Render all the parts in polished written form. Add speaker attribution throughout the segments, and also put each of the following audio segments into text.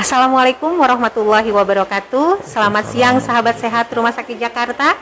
Speaker 1: Assalamualaikum warahmatullahi wabarakatuh. Selamat siang sahabat sehat Rumah Sakit Jakarta.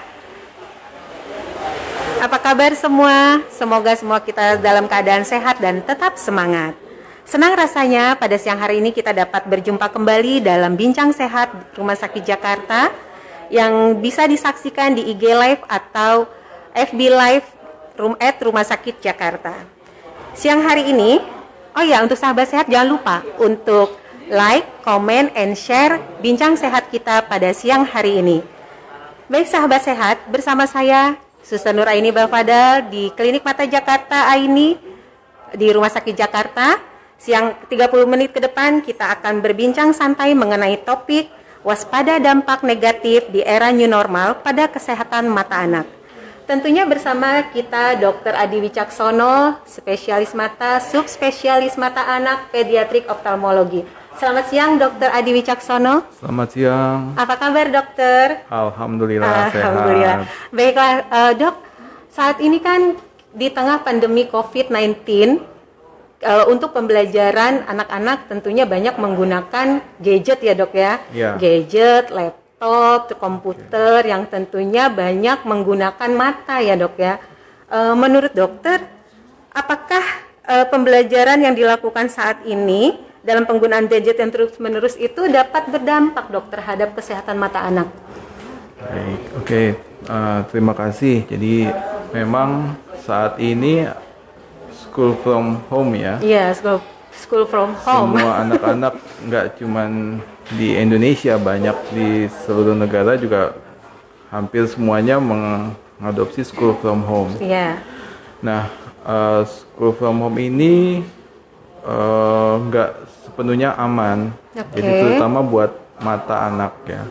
Speaker 1: Apa kabar semua? Semoga semua kita dalam keadaan sehat dan tetap semangat. Senang rasanya pada siang hari ini kita dapat berjumpa kembali dalam Bincang Sehat Rumah Sakit Jakarta yang bisa disaksikan di IG Live atau FB Live Rumah Sakit Jakarta. Siang hari ini, untuk sahabat sehat jangan lupa untuk like, comment, and share bincang sehat kita pada siang hari ini. Baik sahabat sehat, bersama saya Suster Nuraini Balfadal di Klinik Mata Jakarta Aini di Rumah Sakit Jakarta. Siang 30 menit ke depan kita akan berbincang santai mengenai topik waspada dampak negatif di era new normal pada kesehatan mata anak. Tentunya bersama kita Dr. Adi Wicaksono, spesialis mata, subspesialis mata anak, pediatrik oftalmologi. Selamat siang Dr. Adi Wicaksono.
Speaker 2: Selamat siang.
Speaker 1: Apa kabar dokter?
Speaker 2: Alhamdulillah,
Speaker 1: Alhamdulillah.
Speaker 2: Sehat.
Speaker 1: Baiklah dok, saat ini kan di tengah pandemi COVID-19, untuk pembelajaran anak-anak tentunya banyak menggunakan gadget ya dok ya?
Speaker 2: Ya.
Speaker 1: Gadget, laptop, komputer yang tentunya banyak menggunakan mata ya dok ya. Menurut dokter, apakah pembelajaran yang dilakukan saat ini dalam penggunaan gadget yang terus-menerus itu dapat berdampak dok terhadap kesehatan mata anak?
Speaker 2: Baik, oke. Terima kasih. Jadi memang saat ini school from home ya.
Speaker 1: Iya, school from home.
Speaker 2: Semua anak-anak nggak cuman di Indonesia, banyak di seluruh negara juga hampir semuanya mengadopsi school from home.
Speaker 1: Iya.
Speaker 2: Nah, school from home ini nggak sepenuhnya aman.
Speaker 1: Oke.
Speaker 2: Jadi terutama buat mata anak ya.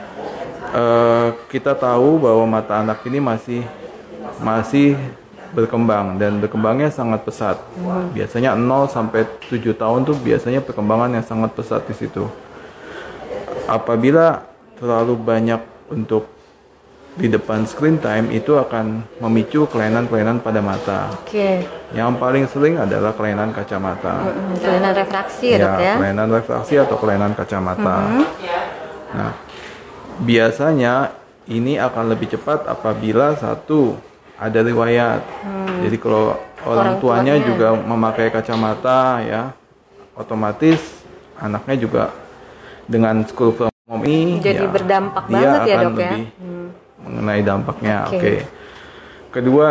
Speaker 2: Kita tahu bahwa mata anak ini masih berkembang dan berkembangnya sangat pesat. Biasanya 0 sampai 7 tahun tuh biasanya perkembangan yang sangat pesat di situ. Apabila terlalu banyak untuk di depan screen time itu akan memicu kelainan-kelainan pada mata.
Speaker 1: Oke.
Speaker 2: Yang paling sering adalah kelainan kacamata.
Speaker 1: Kelainan refraksi ya dok ya?
Speaker 2: Kelainan refraksi atau kelainan kacamata. Nah, biasanya ini akan lebih cepat apabila satu ada riwayat. Jadi kalau orang tuanya juga memakai kacamata ya, otomatis anaknya juga dengan school from home ini
Speaker 1: jadi
Speaker 2: ya,
Speaker 1: berdampak
Speaker 2: dia
Speaker 1: banget ya
Speaker 2: akan
Speaker 1: dok ya?
Speaker 2: lebih mengenai dampaknya.
Speaker 1: Oke.
Speaker 2: Oke. Kedua,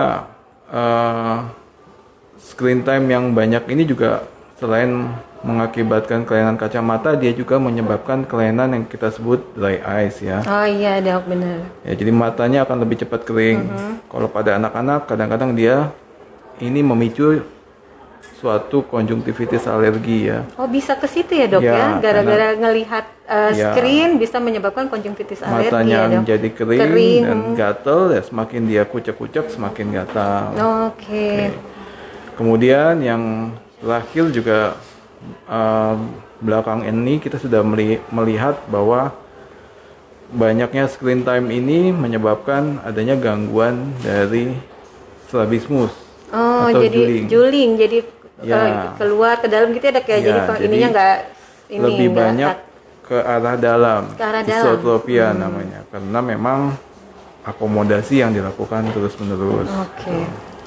Speaker 2: screen time yang banyak ini juga selain mengakibatkan kelainan kacamata, dia juga menyebabkan kelainan yang kita sebut dry eyes ya.
Speaker 1: Oh iya dok, benar.
Speaker 2: Ya, jadi matanya akan lebih cepat kering. Kalau pada anak-anak kadang-kadang dia ini memicu suatu konjungtivitis alergi ya.
Speaker 1: Oh bisa ke situ ya dok ya? Gara-gara ngelihat screen bisa menyebabkan konjungtivitis alergi
Speaker 2: matanya
Speaker 1: ya dok?
Speaker 2: menjadi kering dan gatal ya, semakin dia kucek-kucek semakin gatal.
Speaker 1: Oke.
Speaker 2: Kemudian yang terakhir juga belakang ini kita sudah melihat bahwa banyaknya screen time ini menyebabkan adanya gangguan dari strabismus atau
Speaker 1: jadi juling, jadi keluar ke dalam gitu ya dok ya? Jadi ininya nggak ini
Speaker 2: lebih banyak ke arah dalam, isotropia namanya, karena memang akomodasi yang dilakukan terus-menerus.
Speaker 1: Oke.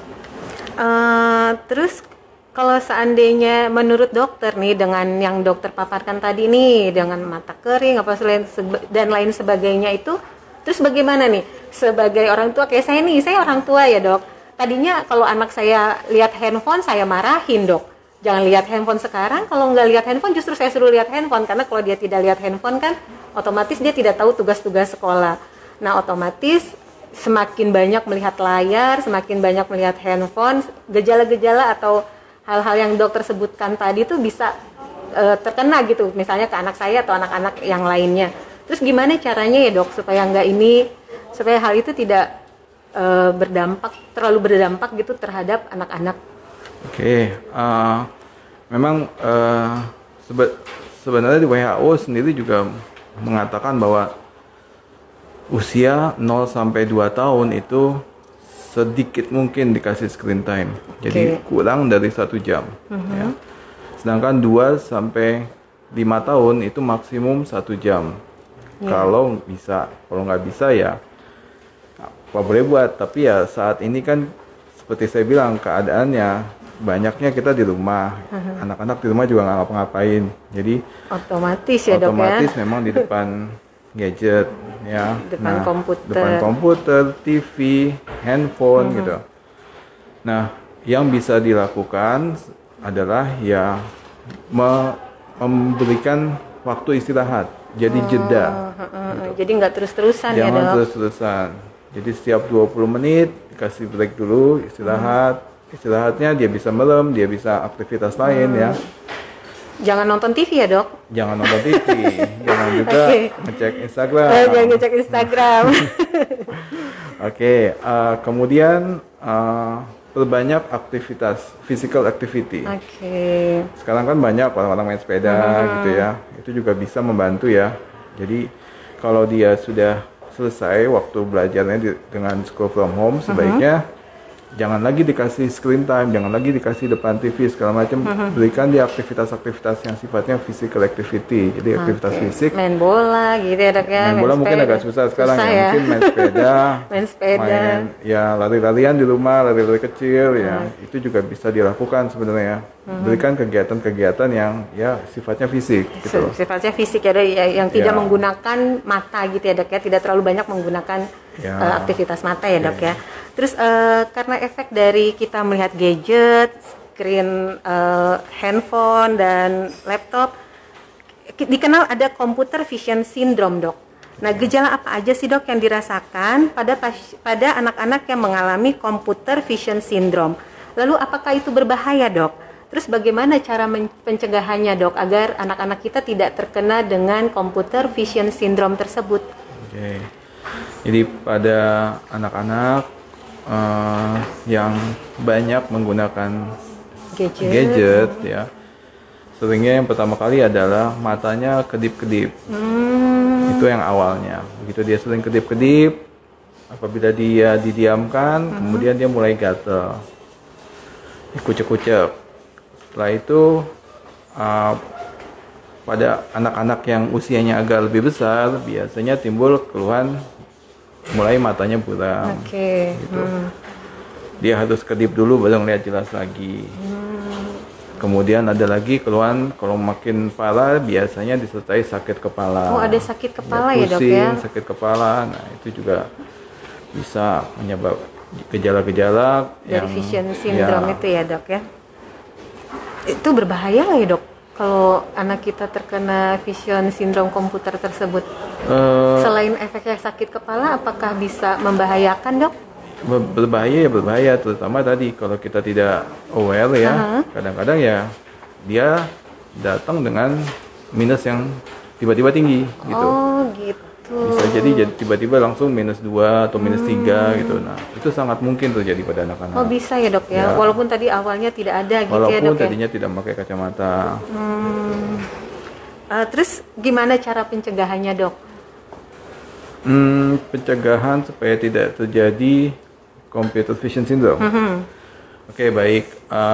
Speaker 1: Terus kalau seandainya menurut dokter nih dengan yang dokter paparkan tadi nih dengan mata kering dan lain sebagainya itu, terus bagaimana nih sebagai orang tua kayak saya orang tua ya dok. Tadinya kalau anak saya lihat handphone saya marahin dok. Jangan lihat handphone sekarang, kalau nggak lihat handphone justru saya suruh lihat handphone karena kalau dia tidak lihat handphone kan otomatis dia tidak tahu tugas-tugas sekolah. Nah otomatis semakin banyak melihat layar, semakin banyak melihat handphone, gejala-gejala atau hal-hal yang dokter sebutkan tadi tuh bisa terkena gitu, misalnya ke anak saya atau anak-anak yang lainnya. Terus gimana caranya ya dok supaya supaya hal itu tidak terlalu berdampak gitu terhadap anak-anak?
Speaker 2: Oke, memang sebenarnya di WHO sendiri juga mengatakan bahwa usia 0 sampai 2 tahun itu sedikit mungkin dikasih screen time. Jadi kurang dari 1 jam. Ya. Sedangkan 2 sampai 5 tahun itu maksimum 1 jam. Kalau bisa, kalau nggak bisa ya apa boleh buat. Tapi ya saat ini kan seperti saya bilang keadaannya banyaknya kita di rumah, anak-anak di rumah juga nggak ngapa-ngapain. Jadi
Speaker 1: otomatis ya dok ya.
Speaker 2: Otomatis memang di depan gadget ya.
Speaker 1: Depan komputer.
Speaker 2: Depan komputer, TV, handphone gitu. Nah, yang bisa dilakukan adalah ya memberikan waktu istirahat. Jadi jeda.
Speaker 1: Gitu. Jadi nggak terus-terusan ya dok?
Speaker 2: Jangan terus-terusan. Jadi setiap 20 menit kasih break dulu, istirahat. Istirahatnya dia bisa merem, dia bisa aktivitas lain ya.
Speaker 1: Jangan nonton TV ya dok?
Speaker 2: Jangan nonton TV, jangan juga ngecek Instagram.
Speaker 1: Jangan ngecek Instagram.
Speaker 2: Oke, kemudian perbanyak aktivitas, physical activity.
Speaker 1: Oke.
Speaker 2: Sekarang kan banyak orang-orang main sepeda gitu ya, itu juga bisa membantu ya. Jadi kalau dia sudah selesai waktu belajarnya dengan school from home, sebaiknya jangan lagi dikasih screen time, jangan lagi dikasih depan TV segala macam. Berikan dia aktivitas-aktivitas yang sifatnya physical activity. Jadi aktivitas fisik.
Speaker 1: Main bola gitu ya dok ya.
Speaker 2: Main bola mungkin agak susah sekarang ya. Mungkin main sepeda.
Speaker 1: Main sepeda.
Speaker 2: Ya lari-larian di rumah, lari-lari kecil ya. Itu juga bisa dilakukan sebenarnya. Berikan kegiatan-kegiatan yang ya sifatnya fisik gitu.
Speaker 1: Sifatnya fisik ya dok, yang tidak menggunakan mata gitu ya dok ya. Tidak terlalu banyak menggunakan aktivitas mata ya dok ya. Terus karena efek dari kita melihat gadget, screen handphone dan laptop, dikenal ada computer vision syndrome dok. Nah gejala apa aja sih dok yang dirasakan pada anak-anak yang mengalami computer vision syndrome? Lalu apakah itu berbahaya dok? Terus bagaimana cara pencegahannya dok agar anak-anak kita tidak terkena dengan computer vision syndrome tersebut?
Speaker 2: Oke. Jadi pada anak-anak yang banyak menggunakan gadget ya, seringnya yang pertama kali adalah matanya kedip-kedip. Itu yang awalnya. Begitu dia sering kedip-kedip, apabila dia didiamkan, kemudian dia mulai gatal, kucek-kucek. Setelah itu pada anak-anak yang usianya agak lebih besar, biasanya timbul keluhan mulai matanya buram. Gitu. Dia harus kedip dulu baru ngeliat jelas lagi. Kemudian ada lagi keluhan kalau makin parah biasanya disertai sakit kepala.
Speaker 1: Oh ada sakit kepala ya,
Speaker 2: pusing,
Speaker 1: dok ya?
Speaker 2: Sakit kepala, nah itu juga bisa menyebabkan gejala-gejala
Speaker 1: dari vision syndrome itu ya dok ya? Itu berbahaya nggak ya dok? Kalau anak kita terkena vision syndrome komputer tersebut, selain efeknya sakit kepala, apakah bisa membahayakan dok?
Speaker 2: Berbahaya ya berbahaya, terutama tadi kalau kita tidak aware ya, kadang-kadang ya dia datang dengan minus yang tiba-tiba tinggi gitu.
Speaker 1: Oh gitu.
Speaker 2: Bisa jadi tiba-tiba langsung -2 atau -3 gitu. Nah itu sangat mungkin terjadi pada anak-anak.
Speaker 1: Oh bisa ya dok ya, walaupun tadi awalnya tidak ada gitu ya dok ya?
Speaker 2: Walaupun tadinya tidak memakai kacamata.
Speaker 1: Terus gimana cara pencegahannya dok?
Speaker 2: Pencegahan supaya tidak terjadi computer vision syndrome. Oke, baik.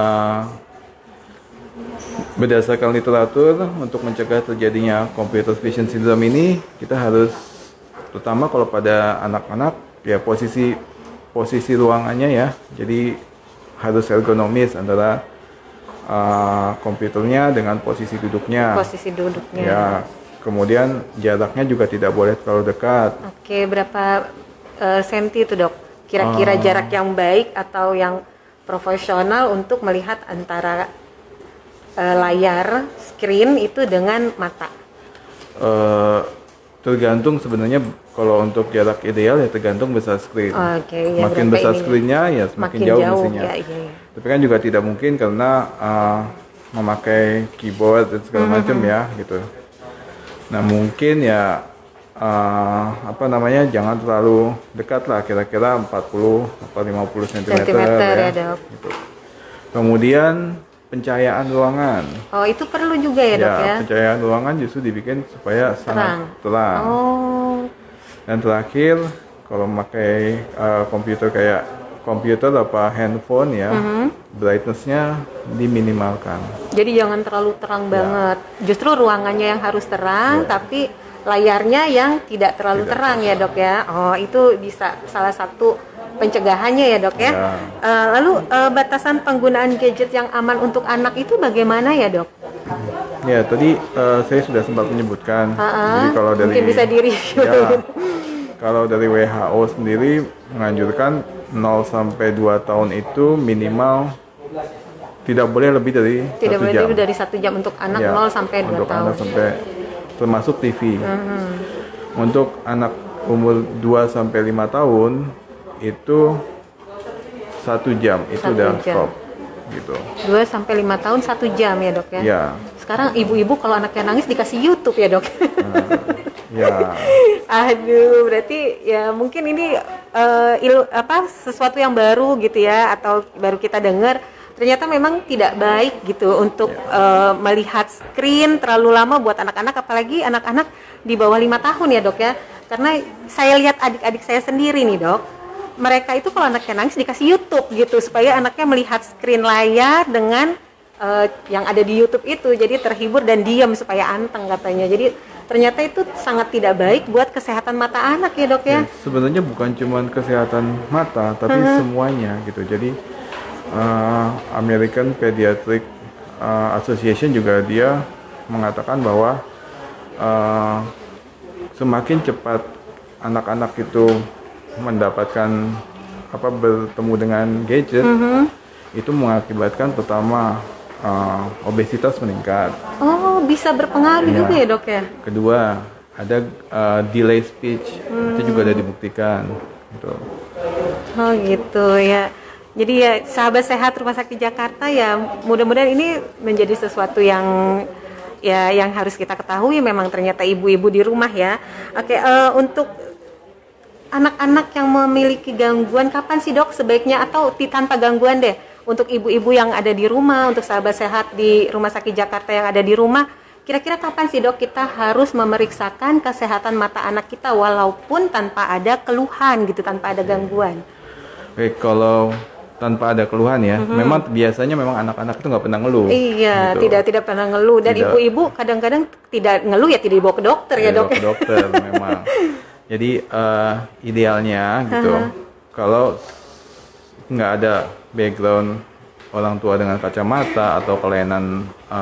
Speaker 2: Berdasarkan literatur untuk mencegah terjadinya computer vision syndrome ini, kita harus terutama kalau pada anak-anak ya posisi ruangannya ya. Jadi harus ergonomis antara komputernya dengan posisi duduknya.
Speaker 1: Posisi duduknya.
Speaker 2: Ya. Kemudian jaraknya juga tidak boleh terlalu dekat.
Speaker 1: Oke, berapa senti itu dok? Kira-kira jarak yang baik atau yang profesional untuk melihat antara layar screen itu dengan mata?
Speaker 2: Tergantung sebenarnya kalau untuk jarak ideal ya tergantung besar screen.
Speaker 1: Ya,
Speaker 2: makin besar screennya ya semakin jauh mestinya.
Speaker 1: Ya.
Speaker 2: Tapi kan juga tidak mungkin karena memakai keyboard dan segala macam ya gitu. Nah mungkin ya jangan terlalu dekat lah, kira-kira 40 atau 50 cm ya. Gitu. Kemudian pencahayaan ruangan.
Speaker 1: Oh itu perlu juga ya dok ya?
Speaker 2: Pencahayaan ruangan justru dibikin supaya sangat terang. Dan terakhir kalau memakai komputer kayak komputer apa handphone ya, brightness-nya diminimalkan.
Speaker 1: Jadi jangan terlalu terang banget. Justru ruangannya yang harus terang, tapi layarnya yang tidak terlalu terang ya dok ya. Oh itu bisa salah satu pencegahannya ya dok ya. Lalu batasan penggunaan gadget yang aman untuk anak itu bagaimana ya dok?
Speaker 2: Ya tadi saya sudah sempat menyebutkan. Jadi kalau dari
Speaker 1: mungkin bisa direview.
Speaker 2: Ya, kalau dari WHO sendiri menganjurkan 0 sampai 2 tahun itu minimal tidak boleh lebih dari 1 jam.
Speaker 1: Tidak boleh lebih dari 1 jam untuk anak 0 sampai 2
Speaker 2: untuk
Speaker 1: tahun.
Speaker 2: Anak sampai termasuk TV. Untuk anak umur 2 sampai 5 tahun itu 1 jam itu udah stop gitu.
Speaker 1: 2 sampai 5 tahun 1 jam ya dok ya.
Speaker 2: Ya.
Speaker 1: Sekarang ibu-ibu kalau anaknya nangis dikasih YouTube ya dok.
Speaker 2: Ya.
Speaker 1: Aduh, berarti ya mungkin ini sesuatu yang baru gitu ya, atau baru kita dengar. Ternyata memang tidak baik gitu untuk melihat screen terlalu lama buat anak-anak, apalagi anak-anak di bawah 5 tahun ya dok ya. Karena saya lihat adik-adik saya sendiri nih dok, mereka itu kalau anaknya nangis dikasih YouTube gitu supaya anaknya melihat screen layar dengan yang ada di YouTube itu, jadi terhibur dan diam supaya anteng katanya. Jadi ternyata itu sangat tidak baik buat kesehatan mata anak ya dok ya.
Speaker 2: Sebenarnya bukan cuma kesehatan mata, tapi semuanya gitu. Jadi American Pediatric Association juga dia mengatakan bahwa semakin cepat anak-anak itu mendapatkan bertemu dengan gadget, itu mengakibatkan pertama obesitas meningkat.
Speaker 1: Oh, bisa berpengaruh juga ya dok ya.
Speaker 2: Kedua, ada delay speech, itu juga ada dibuktikan. Gitu.
Speaker 1: Oh gitu ya. Jadi ya sahabat sehat Rumah Sakit Jakarta ya, mudah-mudahan ini menjadi sesuatu yang harus kita ketahui. Memang ternyata ibu-ibu di rumah ya. Oke, untuk anak-anak yang memiliki gangguan, kapan sih dok sebaiknya, atau tanpa gangguan deh, untuk ibu-ibu yang ada di rumah, untuk sahabat sehat di Rumah Sakit Jakarta yang ada di rumah, kira-kira kapan sih dok kita harus memeriksakan kesehatan mata anak kita walaupun tanpa ada keluhan gitu, tanpa ada gangguan?
Speaker 2: Oke, kalau tanpa ada keluhan ya, memang biasanya memang anak-anak itu nggak pernah ngeluh.
Speaker 1: Iya,
Speaker 2: gitu.
Speaker 1: tidak pernah ngeluh, dan ibu-ibu kadang-kadang tidak ngeluh ya, tidak dibawa ke dokter ya dok.
Speaker 2: Ke dokter memang. Jadi idealnya gitu, kalau nggak ada background orang tua dengan kacamata atau kelainan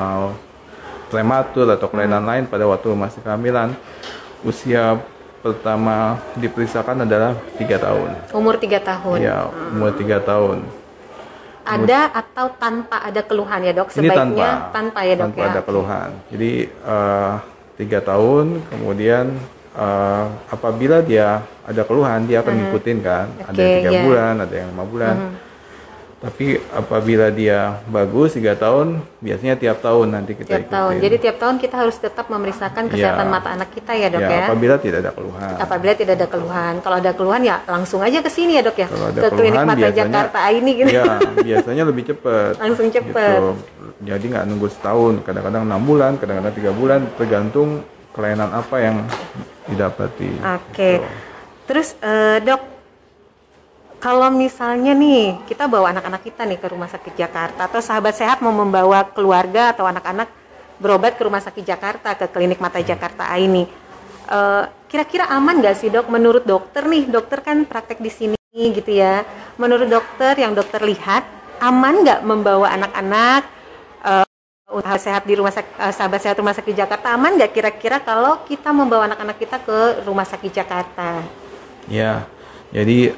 Speaker 2: prematur atau kelainan lain pada waktu masih kehamilan, usia pertama diperiksakan adalah 3 tahun.
Speaker 1: Umur 3 tahun?
Speaker 2: Ya, umur 3 tahun.
Speaker 1: Ada atau tanpa ada keluhan ya dok? Sebaiknya tanpa ya dok.
Speaker 2: Tanpa ada keluhan. Jadi 3 tahun, kemudian apabila dia ada keluhan, dia akan ngikutin kan. Ada yang 3 bulan, ada yang 5 bulan. Tapi apabila dia bagus 3 tahun, biasanya tiap tahun nanti kita ikutin.
Speaker 1: Tahun. Jadi tiap tahun kita harus tetap memeriksakan kesehatan mata anak kita ya dok ya.
Speaker 2: Apabila tidak ada keluhan.
Speaker 1: Apabila tidak ada keluhan. Kalau ada keluhan ya langsung aja ke sini ya dok ya.
Speaker 2: Kalau ada
Speaker 1: ke Klinik Mata
Speaker 2: biasanya,
Speaker 1: Jakarta ini gitu.
Speaker 2: Ya, biasanya lebih cepat.
Speaker 1: Langsung cepat.
Speaker 2: Gitu. Jadi nggak nunggu setahun, kadang-kadang 6 bulan, kadang-kadang 3 bulan, tergantung kelainan apa yang didapati.
Speaker 1: Oke.
Speaker 2: Gitu.
Speaker 1: Terus dok, kalau misalnya nih kita bawa anak-anak kita nih ke Rumah Sakit Jakarta, atau sahabat sehat mau membawa keluarga atau anak-anak berobat ke Rumah Sakit Jakarta, ke Klinik Mata Jakarta ini, kira-kira aman nggak sih dok? Menurut dokter nih, dokter kan praktek di sini gitu ya. Menurut dokter, yang dokter lihat, aman nggak membawa anak-anak untuk sehat di sahabat sehat Rumah Sakit Jakarta? Aman nggak kira-kira kalau kita membawa anak-anak kita ke Rumah Sakit Jakarta?
Speaker 2: Ya. Jadi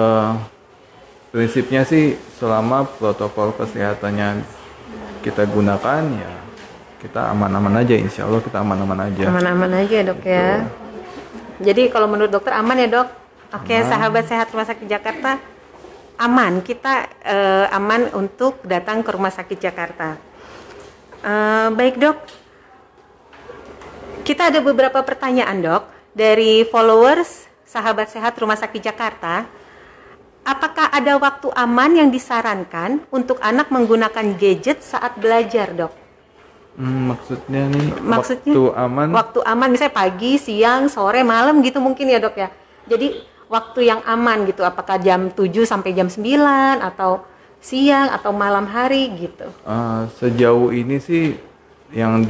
Speaker 2: prinsipnya sih selama protokol kesehatannya kita gunakan ya kita aman-aman aja, insya Allah kita aman-aman aja.
Speaker 1: Aman-aman aja dok ya. Jadi kalau menurut dokter aman ya dok? Oke, sahabat sehat Rumah Sakit Jakarta aman, kita aman untuk datang ke Rumah Sakit Jakarta. Baik dok, kita ada beberapa pertanyaan dok dari followers sahabat sehat Rumah Sakit Jakarta. Apakah ada waktu aman yang disarankan untuk anak menggunakan gadget saat belajar, dok?
Speaker 2: Maksudnya waktu aman?
Speaker 1: Waktu aman, misalnya pagi, siang, sore, malam gitu mungkin ya dok ya. Jadi waktu yang aman gitu? Apakah jam 7 sampai jam 9 atau siang atau malam hari gitu?
Speaker 2: Sejauh ini sih yang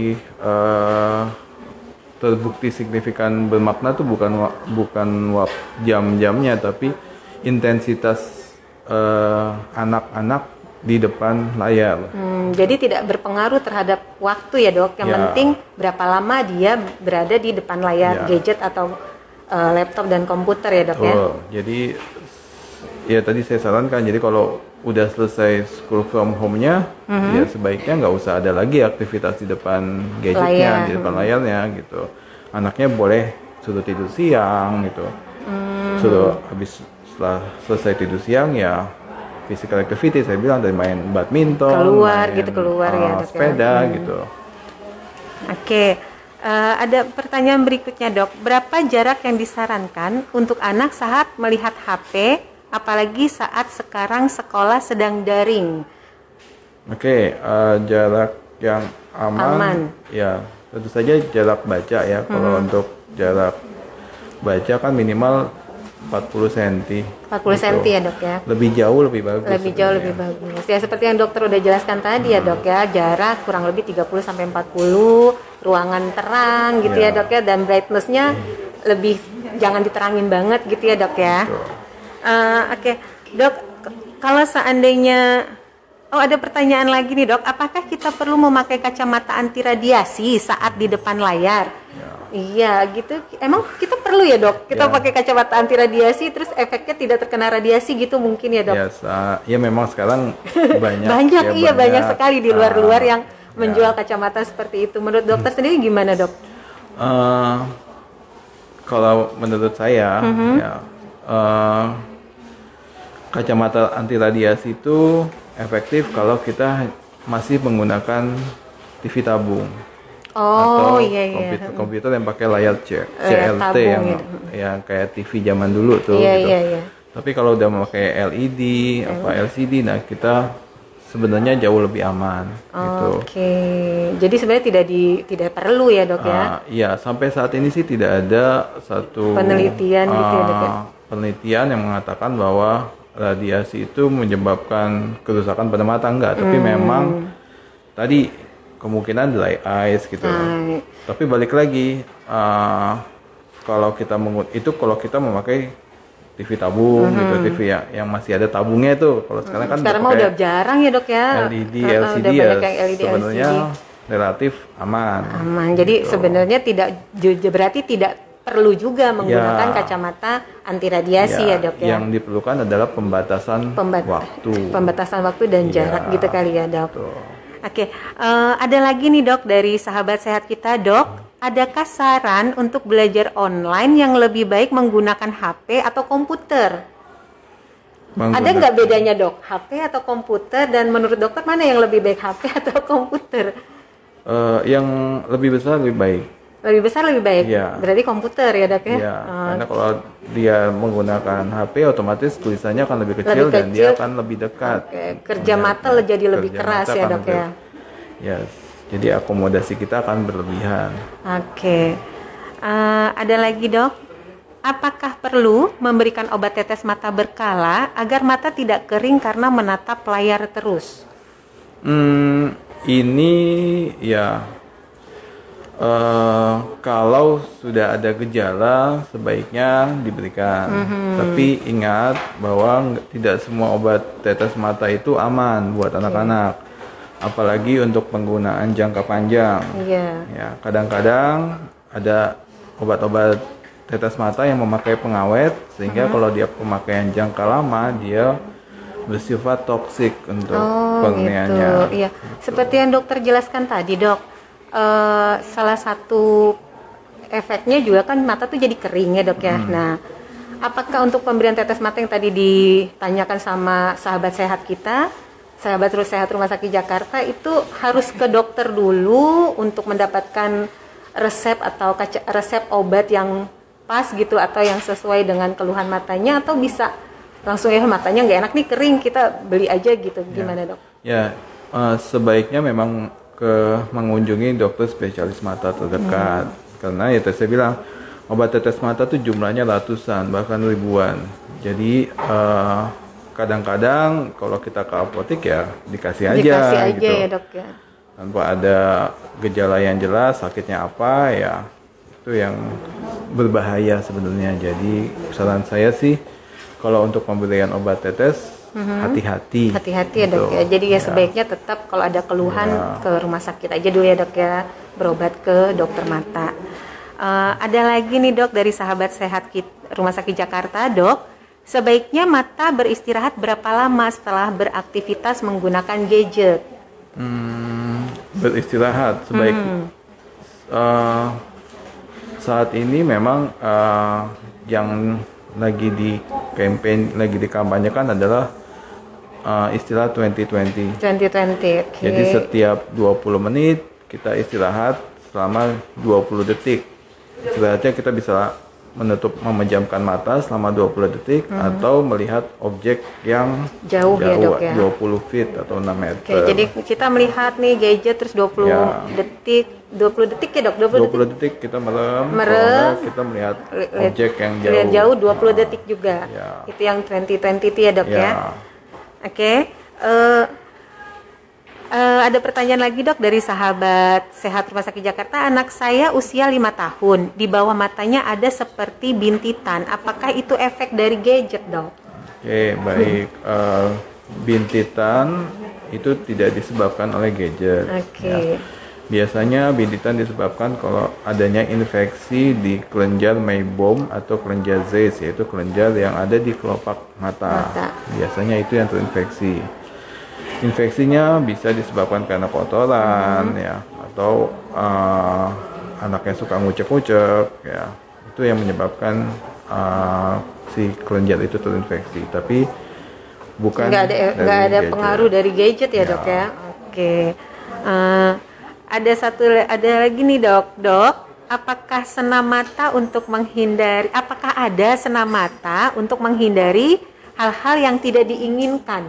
Speaker 2: terbukti signifikan bermakna tuh bukan jam-jamnya, tapi intensitas anak-anak di depan layar.
Speaker 1: Jadi tidak berpengaruh terhadap waktu ya dok. Yang penting berapa lama dia berada di depan layar gadget atau laptop dan komputer ya dok ya.
Speaker 2: Jadi ya tadi saya sarankan, jadi kalau udah selesai school from home-nya, ya sebaiknya nggak usah ada lagi aktivitas di depan gadgetnya, di depan layarnya gitu. Anaknya boleh suruh tidur siang gitu. Setelah selesai tidur siang ya physical activity, saya bilang dari main badminton,
Speaker 1: keluar
Speaker 2: ya dok, sepeda gitu.
Speaker 1: Oke. Ada pertanyaan berikutnya dok, berapa jarak yang disarankan untuk anak saat melihat HP, apalagi saat sekarang sekolah sedang daring?
Speaker 2: Jarak yang aman, ya tentu saja jarak baca ya. Kalau untuk jarak baca kan minimal 40 cm. 40
Speaker 1: cm ya dok ya.
Speaker 2: Lebih jauh lebih bagus.
Speaker 1: Lebih jauh lebih bagus. Ya seperti yang dokter udah jelaskan tadi ya dok ya, jarak kurang lebih 30 sampai 40, ruangan terang gitu ya dok ya, dan brightness-nya lebih jangan diterangin banget gitu ya dok ya. Dok, kalau seandainya ada pertanyaan lagi nih dok, apakah kita perlu memakai kacamata anti radiasi saat di depan layar? Iya gitu, emang kita perlu ya dok, kita pakai kacamata anti radiasi terus efeknya tidak terkena radiasi gitu mungkin ya dok?
Speaker 2: Ya memang sekarang banyak
Speaker 1: banyak sekali di luar-luar yang menjual kacamata seperti itu. Menurut dokter sendiri gimana dok?
Speaker 2: Kalau menurut saya kacamata anti radiasi itu efektif kalau kita masih menggunakan TV tabung. Atau komputer yang pakai layar CLT yang kayak TV zaman dulu tuh gitu. Tapi kalau udah memakai LED LCD, nah kita sebenarnya jauh lebih aman gitu.
Speaker 1: Jadi sebenarnya tidak perlu ya dok ya?
Speaker 2: Iya, sampai saat ini sih tidak ada satu
Speaker 1: penelitian gitu ya dok ya?
Speaker 2: Penelitian yang mengatakan bahwa radiasi itu menyebabkan kerusakan pada mata, enggak. Tapi memang tadi kemungkinan dry eyes gitu. Tapi balik lagi, kalau kita memakai TV tabung gitu, TV yang masih ada tabungnya itu. Kalau sekarang kan
Speaker 1: sekarang mah udah jarang ya dok ya.
Speaker 2: LED, LCD ya sebenarnya relatif aman.
Speaker 1: Jadi sebenarnya berarti tidak perlu juga menggunakan kacamata anti radiasi ya dok ya.
Speaker 2: Yang diperlukan adalah pembatasan waktu
Speaker 1: dan jarak gitu kali ya dok. Ada lagi nih dok dari sahabat sehat kita dok, adakah saran untuk belajar online yang lebih baik menggunakan HP atau komputer? Ada nggak bedanya dok, HP atau komputer, dan menurut dokter mana yang lebih baik, HP atau komputer?
Speaker 2: Yang lebih besar lebih baik.
Speaker 1: Lebih besar lebih baik, berarti komputer ya dok ya?
Speaker 2: Karena kalau dia menggunakan HP otomatis tulisannya akan lebih kecil dan dia akan lebih dekat.
Speaker 1: Kerja mata jadi lebih keras ya dok ya?
Speaker 2: Jadi akomodasi kita akan berlebihan.
Speaker 1: Ada lagi dok, apakah perlu memberikan obat tetes mata berkala agar mata tidak kering karena menatap layar terus?
Speaker 2: Ini ya kalau sudah ada gejala sebaiknya diberikan. Tapi ingat bahwa tidak semua obat tetes mata itu aman buat anak-anak, apalagi untuk penggunaan jangka panjang. Ya, kadang-kadang ada obat-obat tetes mata yang memakai pengawet, sehingga kalau dia pemakaian jangka lama dia bersifat toksik untuk korneanya.
Speaker 1: Iya, seperti yang dokter jelaskan tadi dok. Salah satu efeknya juga kan mata tuh jadi kering ya dok ya. Nah, apakah untuk pemberian tetes mata yang tadi ditanyakan sama sahabat sehat kita, sahabat sehat Rumah Sakit Jakarta, itu harus ke dokter dulu untuk mendapatkan resep atau resep obat yang pas gitu, atau yang sesuai dengan keluhan matanya, atau bisa langsung matanya nggak enak nih kering, kita beli aja gitu, gimana dok?
Speaker 2: Sebaiknya memang mengunjungi dokter spesialis mata terdekat. Karena ya tadi saya bilang obat tetes mata tuh jumlahnya ratusan bahkan ribuan. Jadi kadang-kadang kalau kita ke apotek ya dikasih aja
Speaker 1: Dikasih aja
Speaker 2: gitu.
Speaker 1: ya dok ya.
Speaker 2: Tanpa ada gejala yang jelas, sakitnya apa ya, itu yang berbahaya sebenarnya. Jadi saran saya sih kalau untuk pemberian obat tetes hati-hati.
Speaker 1: Hati-hati ya dok
Speaker 2: gitu.
Speaker 1: ya. Jadi ya sebaiknya tetap kalau ada keluhan ke rumah sakit aja dulu ya dok ya, berobat ke dokter mata. Ada lagi nih dok dari sahabat sehat Rumah Sakit Jakarta, dok. Sebaiknya mata beristirahat berapa lama setelah beraktivitas menggunakan gadget?
Speaker 2: Beristirahat sebaiknya. Saat ini memang yang lagi di campaign, lagi dikampanyekan adalah istilah 2020.
Speaker 1: 2020, oke.
Speaker 2: Jadi setiap 20 menit kita istirahat selama 20 detik. Istirahatnya kita bisa memejamkan mata selama 20 detik atau melihat objek yang
Speaker 1: Jauh ya, dok, ya?
Speaker 2: 20 feet atau 6 meter.
Speaker 1: Oke, jadi kita melihat nih gadget terus 20 detik, 20 detik ya dok?
Speaker 2: 20 detik kita merem, kalau enggak kita melihat objek yang jauh.
Speaker 1: Lihat jauh 20 detik juga.
Speaker 2: Ya.
Speaker 1: Itu yang 2020 itu ya dok ya? Oke. Ada pertanyaan lagi dok dari sahabat sehat Rumah Sakit Jakarta. Anak saya usia 5 tahun, di bawah matanya ada seperti bintitan. Apakah itu efek dari gadget dok?
Speaker 2: Oke, baik. Bintitan itu tidak disebabkan oleh gadget.
Speaker 1: Oke.
Speaker 2: Ya. Biasanya bintitan disebabkan kalau adanya infeksi di kelenjar Meiboom atau kelenjar Zeiss, yaitu kelenjar yang ada di kelopak mata. Biasanya itu yang terinfeksi. Infeksinya bisa disebabkan karena kotoran, ya, atau anaknya suka ngucek-ngucek, ya. Itu yang menyebabkan si kelenjar itu terinfeksi. Tapi bukan
Speaker 1: nggak ada pengaruh dari gadget ya dok ya? Oke. Ada lagi nih dok. Apakah senam mata untuk menghindari? Apakah ada senam mata untuk menghindari hal-hal yang tidak diinginkan?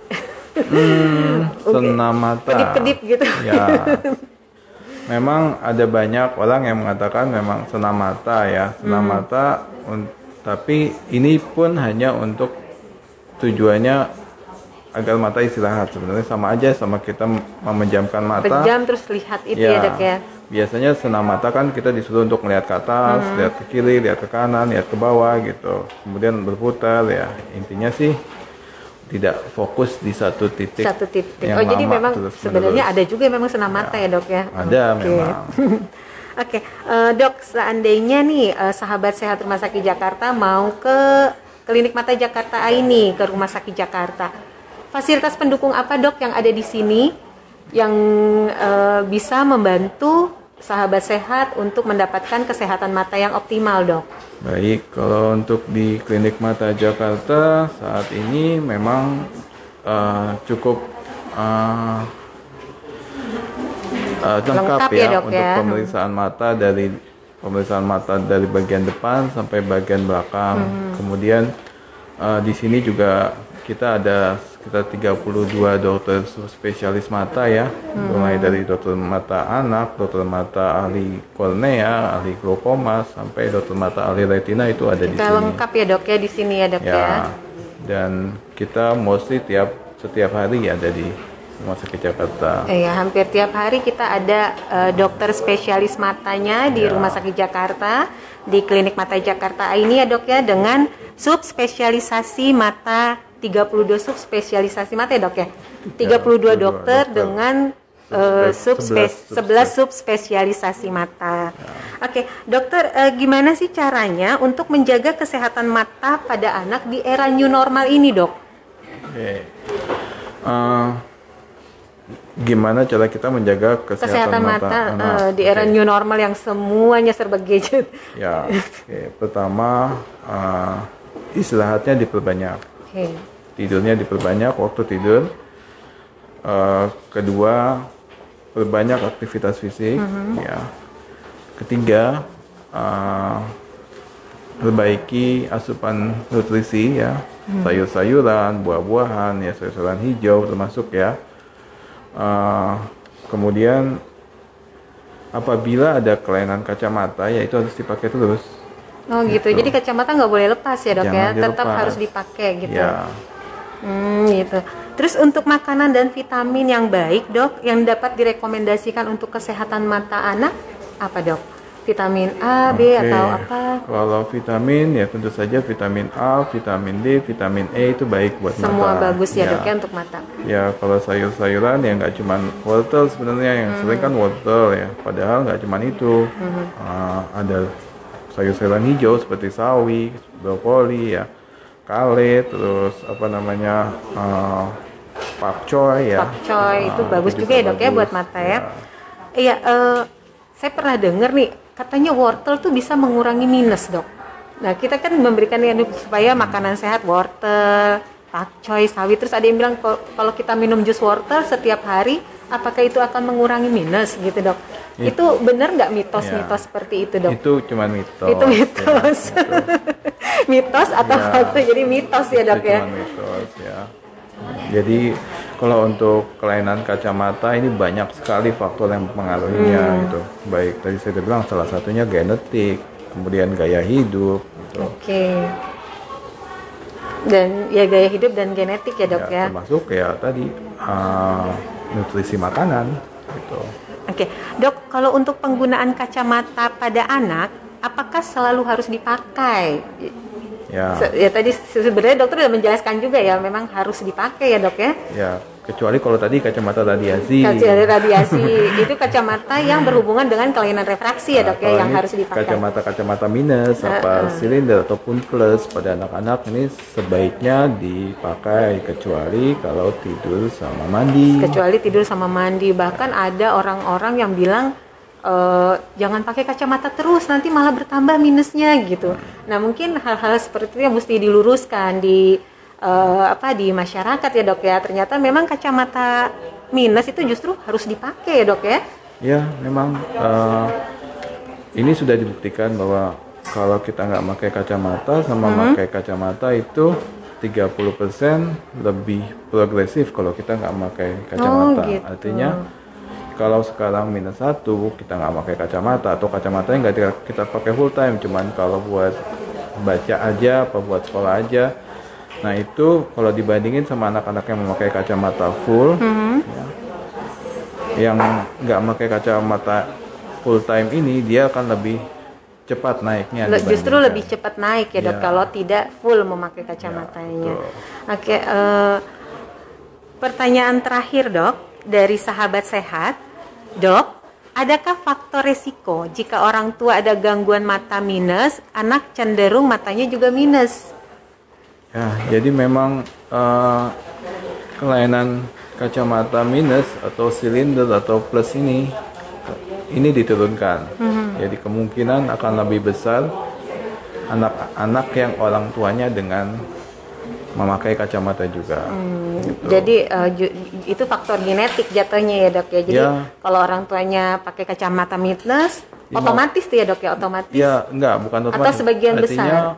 Speaker 2: Senam mata.
Speaker 1: Kedip-kedip gitu.
Speaker 2: Ya. Memang ada banyak orang yang mengatakan memang senam mata ya, senam mata. Tapi ini pun hanya untuk tujuannya agar mata istirahat. Sebenarnya sama aja sama kita memejamkan mata.
Speaker 1: Pejam terus lihat itu ya dok ya.
Speaker 2: Biasanya senam mata kan kita disuruh untuk melihat ke atas, lihat ke kiri, lihat ke kanan, lihat ke bawah gitu. Kemudian berputar ya. Intinya sih tidak fokus di satu titik.
Speaker 1: Oh jadi memang sebenarnya ada juga memang senam mata ya dok ya?
Speaker 2: Ada memang.
Speaker 1: Oke, dok, seandainya nih sahabat sehat Rumah Sakit Jakarta mau ke Klinik Mata Jakarta ini, ke Rumah Sakit Jakarta, fasilitas pendukung apa dok yang ada di sini yang bisa membantu sahabat sehat untuk mendapatkan kesehatan mata yang optimal dok?
Speaker 2: Baik, kalau untuk di Klinik Mata Jakarta saat ini memang cukup lengkap ya, dok, untuk pemeriksaan mata dari bagian depan sampai bagian belakang. Kemudian di sini juga kita ada sekitar 32 dokter spesialis mata ya, mulai dari dokter mata anak, dokter mata ahli kornea, ahli glaukoma, sampai dokter mata ahli retina itu ada di sini.
Speaker 1: Kita lengkap ya dok ya di sini ya dok ya.
Speaker 2: Dan kita mostly setiap hari ada di Rumah Sakit Jakarta.
Speaker 1: Ya, hampir tiap hari kita ada dokter spesialis matanya di Rumah Sakit Jakarta, di Klinik Mata Jakarta ini ya dok ya, dengan subspesialisasi mata, 32 subspesialisasi mata ya dok ya, 32 dokter dengan 11 subspesialisasi mata. Oke, dokter, gimana sih caranya untuk menjaga kesehatan mata pada anak di era new normal ini dok?
Speaker 2: Gimana cara kita menjaga kesehatan mata
Speaker 1: di era new normal yang semuanya serba gadget?
Speaker 2: Ya, pertama istirahatnya diperbanyak, tidurnya diperbanyak, waktu tidur. Kedua, perbanyak aktivitas fisik. Ya. Ketiga, perbaiki asupan nutrisi ya, sayur-sayuran, buah-buahan ya, sayur-sayuran hijau termasuk ya. Kemudian apabila ada kelainan kacamata ya itu harus dipakai terus
Speaker 1: Oh gitu. Jadi kacamata nggak boleh lepas ya dok ya,
Speaker 2: Jangan
Speaker 1: tetap
Speaker 2: dilepas.
Speaker 1: harus dipakai gitu.
Speaker 2: Ya,
Speaker 1: Gitu. Terus untuk makanan dan vitamin yang baik dok, yang dapat direkomendasikan untuk kesehatan mata anak apa dok? Vitamin A, B
Speaker 2: oke.
Speaker 1: atau apa?
Speaker 2: Kalau vitamin ya tentu saja vitamin A, vitamin D, vitamin E itu baik buat
Speaker 1: Semua
Speaker 2: mata.
Speaker 1: bagus ya dok ya untuk mata.
Speaker 2: Ya kalau sayur-sayuran ya nggak cuman wortel sebenarnya yang sering kan wortel ya. Padahal nggak cuman itu. Ada sayur-sayuran hijau seperti sawi, brokoli ya, kale, terus apa namanya pakcoy ya.
Speaker 1: Pakcoy itu bagus
Speaker 2: itu
Speaker 1: juga ya dok ya
Speaker 2: bagus.
Speaker 1: buat mata ya. Iya, saya pernah dengar nih katanya wortel tuh bisa mengurangi minus dok. Nah kita kan memberikan yang supaya makanan sehat wortel, pakcoy, sawi. Terus ada yang bilang kalau kita minum jus wortel setiap hari, apakah itu akan mengurangi minus gitu dok? Itu benar nggak mitos-mitos seperti itu dok?
Speaker 2: Itu cuman mitos.
Speaker 1: Itu mitos.
Speaker 2: Ya, itu.
Speaker 1: Mitos atau
Speaker 2: Ya,
Speaker 1: fakta? Jadi mitos ya dok
Speaker 2: Itu
Speaker 1: ya.
Speaker 2: cuman mitos ya. Jadi kalau untuk kelainan kacamata ini banyak sekali faktor yang mempengaruhinya gitu. Baik tadi saya bilang salah satunya genetik, kemudian gaya hidup gitu.
Speaker 1: Oke. Dan ya gaya hidup dan genetik ya dok ya.
Speaker 2: Termasuk ya tadi nutrisi makanan gitu.
Speaker 1: Oke, dok, kalau untuk penggunaan kacamata pada anak, apakah selalu harus dipakai?
Speaker 2: Ya.
Speaker 1: Ya tadi sebenarnya dokter sudah menjelaskan juga ya, memang harus dipakai ya dok ya.
Speaker 2: Ya, kecuali kalau tadi kacamata radiasi.
Speaker 1: Kacamata radiasi itu kacamata yang berhubungan dengan kelainan refraksi ya dok ya,
Speaker 2: Kalau
Speaker 1: yang
Speaker 2: ini
Speaker 1: harus dipakai.
Speaker 2: Kacamata minus, apa silinder ataupun plus pada anak-anak ini sebaiknya dipakai kecuali kalau tidur sama mandi.
Speaker 1: Kecuali tidur sama mandi, bahkan ada orang-orang yang bilang jangan pakai kacamata terus, nanti malah bertambah minusnya gitu. Nah mungkin hal-hal seperti itu yang mesti diluruskan di di masyarakat ya dok ya. Ternyata memang kacamata minus itu justru harus dipakai ya dok ya.
Speaker 2: Ya, memang ini sudah dibuktikan bahwa kalau kita nggak pakai kacamata sama pakai kacamata itu 30% lebih progresif kalau kita nggak pakai kacamata.
Speaker 1: Gitu.
Speaker 2: Artinya kalau sekarang -1 kita nggak pakai kacamata atau kacamatanya nggak kita pakai full time, cuman kalau buat baca aja, apa buat sekolah aja. Nah itu kalau dibandingin sama anak-anak yang memakai kacamata full, yang nggak memakai kacamata full time ini dia akan lebih cepat naiknya.
Speaker 1: Justru lebih cepat naik ya dok
Speaker 2: Ya.
Speaker 1: kalau tidak full memakai kacamatanya. Oke, pertanyaan terakhir dok dari sahabat sehat, dok, adakah faktor resiko jika orang tua ada gangguan mata minus, anak cenderung matanya juga minus?
Speaker 2: Ya, jadi memang kelainan kacamata minus atau silinder atau plus ini diturunkan. Jadi kemungkinan akan lebih besar anak-anak yang orang tuanya dengan memakai kacamata juga. Gitu.
Speaker 1: Jadi itu faktor genetik jatuhnya ya dok ya. Jadi
Speaker 2: Ya.
Speaker 1: kalau orang tuanya pakai kacamata minus, otomatis tuh ya dok ya, otomatis.
Speaker 2: Ya, enggak, bukan otomatis.
Speaker 1: Atau sebagian
Speaker 2: Artinya,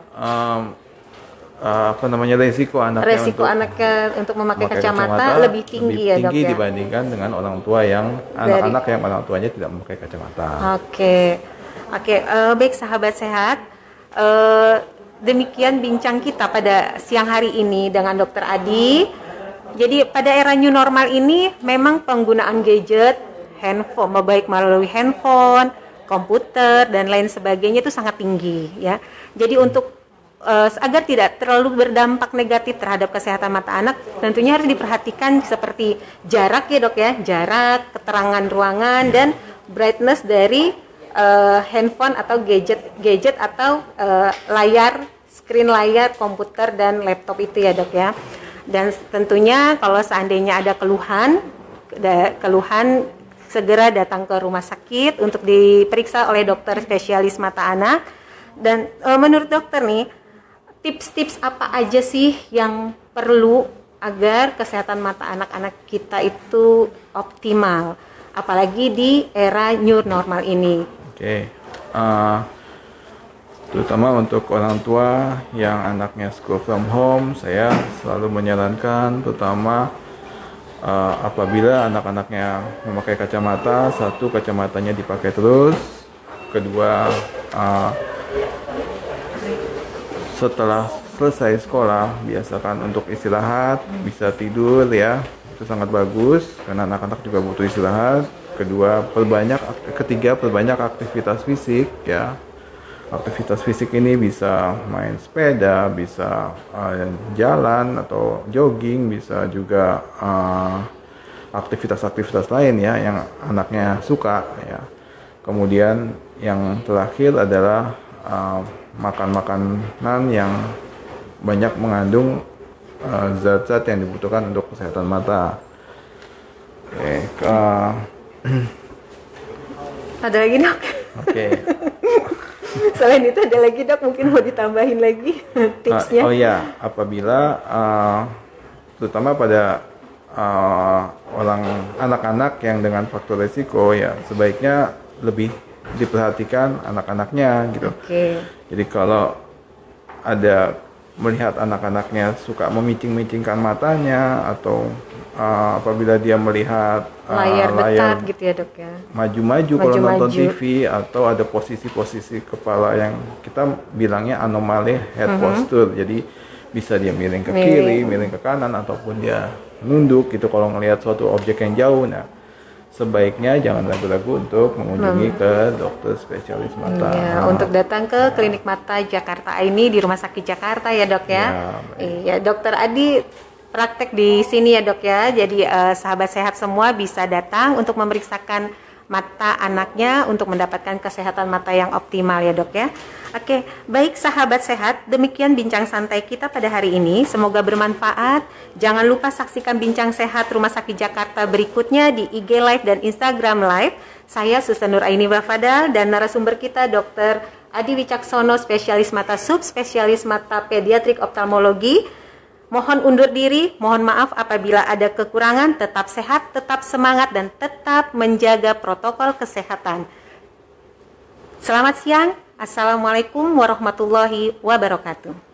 Speaker 2: resiko anaknya
Speaker 1: untuk memakai kacamata lebih tinggi ya dok ya.
Speaker 2: dibandingkan dengan orang tua yang anak-anak yang orang tuanya tidak memakai kacamata.
Speaker 1: Oke, baik sahabat sehat. Demikian bincang kita pada siang hari ini dengan Dr. Adi. Jadi pada era new normal ini memang penggunaan gadget, handphone, baik melalui handphone, komputer dan lain sebagainya itu sangat tinggi ya. Jadi untuk agar tidak terlalu berdampak negatif terhadap kesehatan mata anak, tentunya harus diperhatikan seperti jarak ya dok ya, jarak, keterangan ruangan dan brightness dari handphone atau gadget atau screen layar komputer dan laptop itu ya dok ya. Dan tentunya kalau seandainya ada keluhan segera datang ke rumah sakit untuk diperiksa oleh dokter spesialis mata anak. Dan menurut dokter nih, tips-tips apa aja sih yang perlu agar kesehatan mata anak-anak kita itu optimal, apalagi di era new normal ini?
Speaker 2: Oke. Terutama untuk orang tua yang anaknya school from home, saya selalu menyarankan terutama apabila anak-anaknya memakai kacamata, satu kacamatanya dipakai terus, kedua setelah selesai sekolah biasakan untuk istirahat, bisa tidur ya, itu sangat bagus karena anak-anak juga butuh istirahat. Ketiga, perbanyak aktivitas fisik ya. Aktivitas fisik ini bisa main sepeda, bisa jalan atau jogging, bisa juga aktivitas-aktivitas lain ya yang anaknya suka ya. Kemudian yang terakhir adalah makan makanan yang banyak mengandung zat-zat yang dibutuhkan untuk kesehatan mata. Oke,
Speaker 1: ada lagi dok?
Speaker 2: Oke.
Speaker 1: Selain itu ada lagi dok, mungkin mau ditambahin lagi tipsnya?
Speaker 2: Oh ya, apabila terutama pada anak-anak yang dengan faktor resiko ya, sebaiknya lebih diperhatikan anak-anaknya gitu.
Speaker 1: Oke.
Speaker 2: Jadi kalau ada melihat anak-anaknya suka memicing-micingkan matanya atau apabila dia melihat
Speaker 1: layar dekat gitu ya dok ya,
Speaker 2: maju-maju kalau nonton TV, atau ada posisi-posisi kepala yang kita bilangnya anomali head posture, jadi bisa dia miring ke kiri, miring ke kanan, ataupun dia nunduk gitu kalau ngelihat suatu objek yang jauh. Nah, sebaiknya jangan ragu-ragu untuk mengunjungi ke dokter spesialis mata.
Speaker 1: Ya, untuk datang ke Klinik Mata Jakarta ini di Rumah Sakit Jakarta ya dok ya. Iya, Dokter Adi praktek di sini ya dok ya. Jadi sahabat sehat semua bisa datang untuk memeriksakan mata anaknya untuk mendapatkan kesehatan mata yang optimal ya dok ya. Oke, baik sahabat sehat, demikian bincang santai kita pada hari ini. Semoga bermanfaat. Jangan lupa saksikan bincang sehat Rumah Sakit Jakarta berikutnya di IG Live dan Instagram Live. Saya Susan Nur Aini Wafadal dan narasumber kita Dr. Adi Wicaksono, spesialis mata subspesialis mata pediatrik oftalmologi. Mohon undur diri, mohon maaf apabila ada kekurangan. Tetap sehat, tetap semangat, dan tetap menjaga protokol kesehatan. Selamat siang. Assalamualaikum warahmatullahi wabarakatuh.